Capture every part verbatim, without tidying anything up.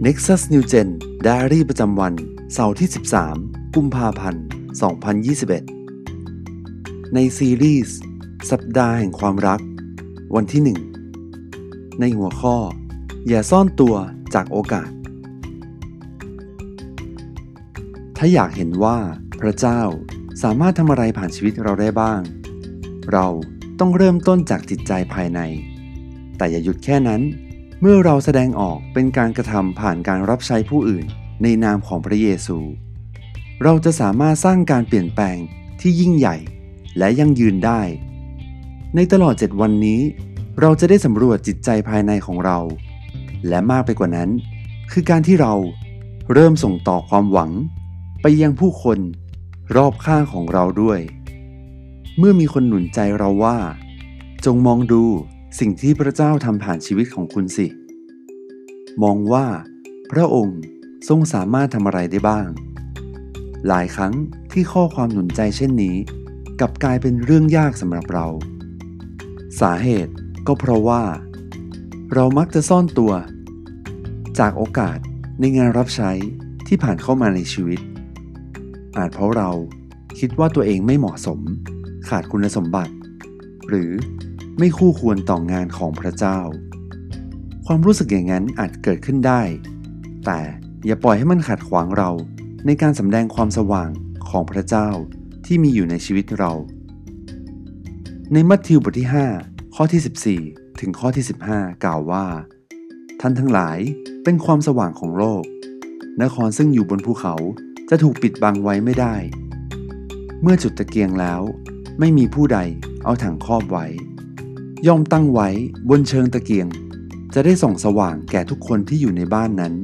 Nexus New Gen Diary ประจำวันเสาร์ที่สิบสามกุมภาพันธ์สองพันยี่สิบเอ็ดในซีรีส์สัปดาห์แห่งความรักวันที่หนึ่งในหัวข้ออย่าซ่อนตัวจากโอกาสถ้าอยากเห็นว่าพระเจ้าสามารถทำอะไรผ่านชีวิตเราได้บ้างเราต้องเริ่มต้นจากจิตใจภายในแต่อย่าหยุดแค่นั้นเมื่อเราแสดงออกเป็นการกระทำผ่านการรับใช้ผู้อื่นในนามของพระเยซูเราจะสามารถสร้างการเปลี่ยนแปลงที่ยิ่งใหญ่และยั่งยืนได้ในตลอดเจ็ดวันนี้เราจะได้สำรวจจิตใจภายในของเราและมากไปกว่านั้นคือการที่เราเริ่มส่งต่อความหวังไปยังผู้คนรอบข้างของเราด้วยเมื่อมีคนหนุนใจเราว่าจงมองดูสิ่งที่พระเจ้าทำผ่านชีวิตของคุณสิมองว่าพระองค์ทรงสามารถทำอะไรได้บ้างหลายครั้งที่ข้อความหนุนใจเช่นนี้กลับกลายเป็นเรื่องยากสำหรับเราสาเหตุก็เพราะว่าเรามักจะซ่อนตัวจากโอกาสในงานรับใช้ที่ผ่านเข้ามาในชีวิตอาจเพราะเราคิดว่าตัวเองไม่เหมาะสมขาดคุณสมบัติหรือไม่คู่ควรต่องานของพระเจ้าความรู้สึกอย่างนั้นอาจเกิดขึ้นได้แต่อย่าปล่อยให้มันขัดขวางเราในการสำแดงความสว่างของพระเจ้าที่มีอยู่ในชีวิตเราในมัทธิวบทที่ห้าข้อที่สิบสี่ถึงข้อที่สิบห้ากล่าวว่าท่านทั้งหลายเป็นความสว่างของโลกนครซึ่งอยู่บนภูเขาจะถูกปิดบังไว้ไม่ได้เมื่อจุดตะเกียงแล้วไม่มีผู้ใดเอาถังครอบไว้ย่อมตั้งไว้บนเชิงตะเกียงจะได้ส่องสว่างแก่ทุกคนที่อยู่ในบ้านนั้น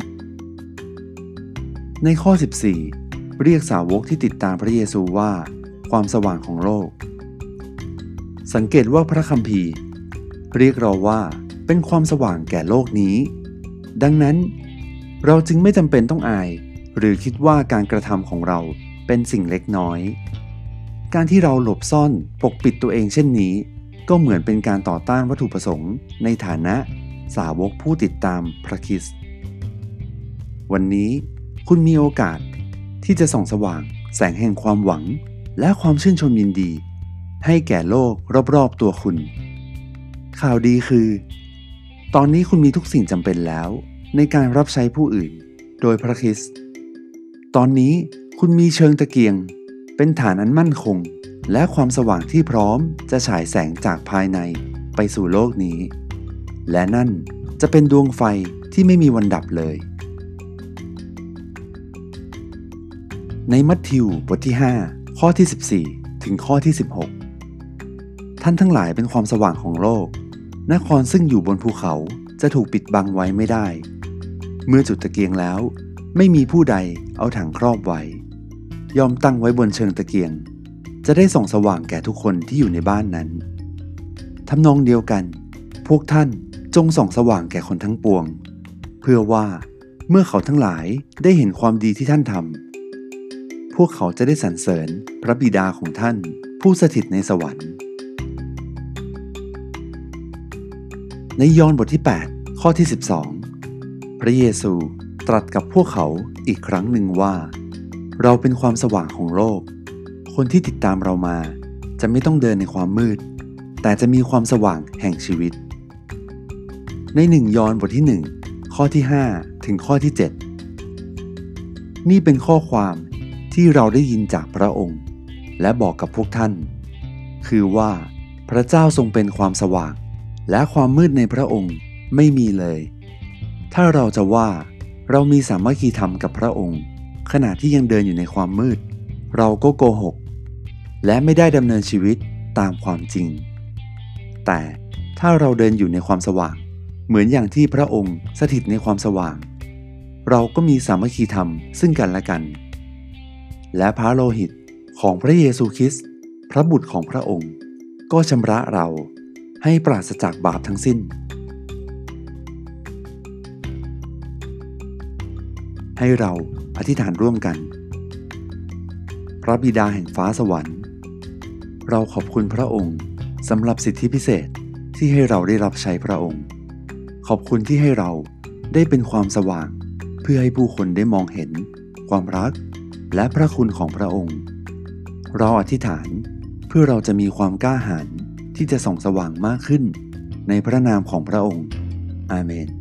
ในข้อสิบสี่เรียกสาวกที่ติดตามพระเยซูว่าความสว่างของโลกสังเกตว่าพระคัมภีร์เรียกเราว่าเป็นความสว่างแก่โลกนี้ดังนั้นเราจึงไม่จำเป็นต้องอายหรือคิดว่าการกระทำของเราเป็นสิ่งเล็กน้อยการที่เราหลบซ่อนปกปิดตัวเองเช่นนี้ก็เหมือนเป็นการต่อต้านวัตถุประสงค์ในฐานะสาวกผู้ติดตามพระคริสต์วันนี้คุณมีโอกาสที่จะส่องสว่างแสงแห่งความหวังและความชื่นชมยินดีให้แก่โลกรอบๆตัวคุณข่าวดีคือตอนนี้คุณมีทุกสิ่งจำเป็นแล้วในการรับใช้ผู้อื่นโดยพระคริสต์ตอนนี้คุณมีเชิงตะเกียงเป็นฐานอันมั่นคงและความสว่างที่พร้อมจะฉายแสงจากภายในไปสู่โลกนี้และนั่นจะเป็นดวงไฟที่ไม่มีวันดับเลยในมัทธิวบทที่ห้าข้อที่สิบสี่ถึงข้อที่สิบหกท่านทั้งหลายเป็นความสว่างของโลกนครซึ่งอยู่บนภูเขาจะถูกปิดบังไว้ไม่ได้เมื่อจุดตะเกียงแล้วไม่มีผู้ใดเอาถังครอบไว้ยอมตั้งไว้บนเชิงตะเกียงจะได้ส่องสว่างแก่ทุกคนที่อยู่ในบ้านนั้นทำนองเดียวกันพวกท่านจงส่องสว่างแก่คนทั้งปวงเพื่อว่าเมื่อเขาทั้งหลายได้เห็นความดีที่ท่านทำพวกเขาจะได้สรรเสริญพระบิดาของท่านผู้สถิตในสวรรค์ในยอห์นบทที่แปดข้อที่สิบสองพระเยซูตรัสกับพวกเขาอีกครั้งหนึ่งว่าเราเป็นความสว่างของโลกคนที่ติดตามเรามาจะไม่ต้องเดินในความมืดแต่จะมีความสว่างแห่งชีวิตในหนึ่งยอห์นบทที่หนึ่งข้อที่ห้าถึงข้อที่เจ็ดนี่เป็นข้อความที่เราได้ยินจากพระองค์และบอกกับพวกท่านคือว่าพระเจ้าทรงเป็นความสว่างและความมืดในพระองค์ไม่มีเลยถ้าเราจะว่าเรามีสามัคคีธรรมกับพระองค์ขณะที่ยังเดินอยู่ในความมืดเราก็โกหกและไม่ได้ดำเนินชีวิตตามความจริงแต่ถ้าเราเดินอยู่ในความสว่างเหมือนอย่างที่พระองค์สถิตในความสว่างเราก็มีสามัคคีธรรมซึ่งกันและกันและพระโลหิตของพระเยซูคริสต์พระบุตรของพระองค์ก็ชำระเราให้ปราศจากบาปทั้งสิ้นให้เราอธิษฐานร่วมกันพระบิดาแห่งฟ้าสวรรค์เราขอบคุณพระองค์สำหรับสิทธิพิเศษที่ให้เราได้รับใช้พระองค์ขอบคุณที่ให้เราได้เป็นความสว่างพื่อให้ผู้คนได้มองเห็นความรักและพระคุณของพระองค์เราอธิษฐานเพื่อเราจะมีความกล้าหาญที่จะส่องสว่างมากขึ้นในพระนามของพระองค์อาเมน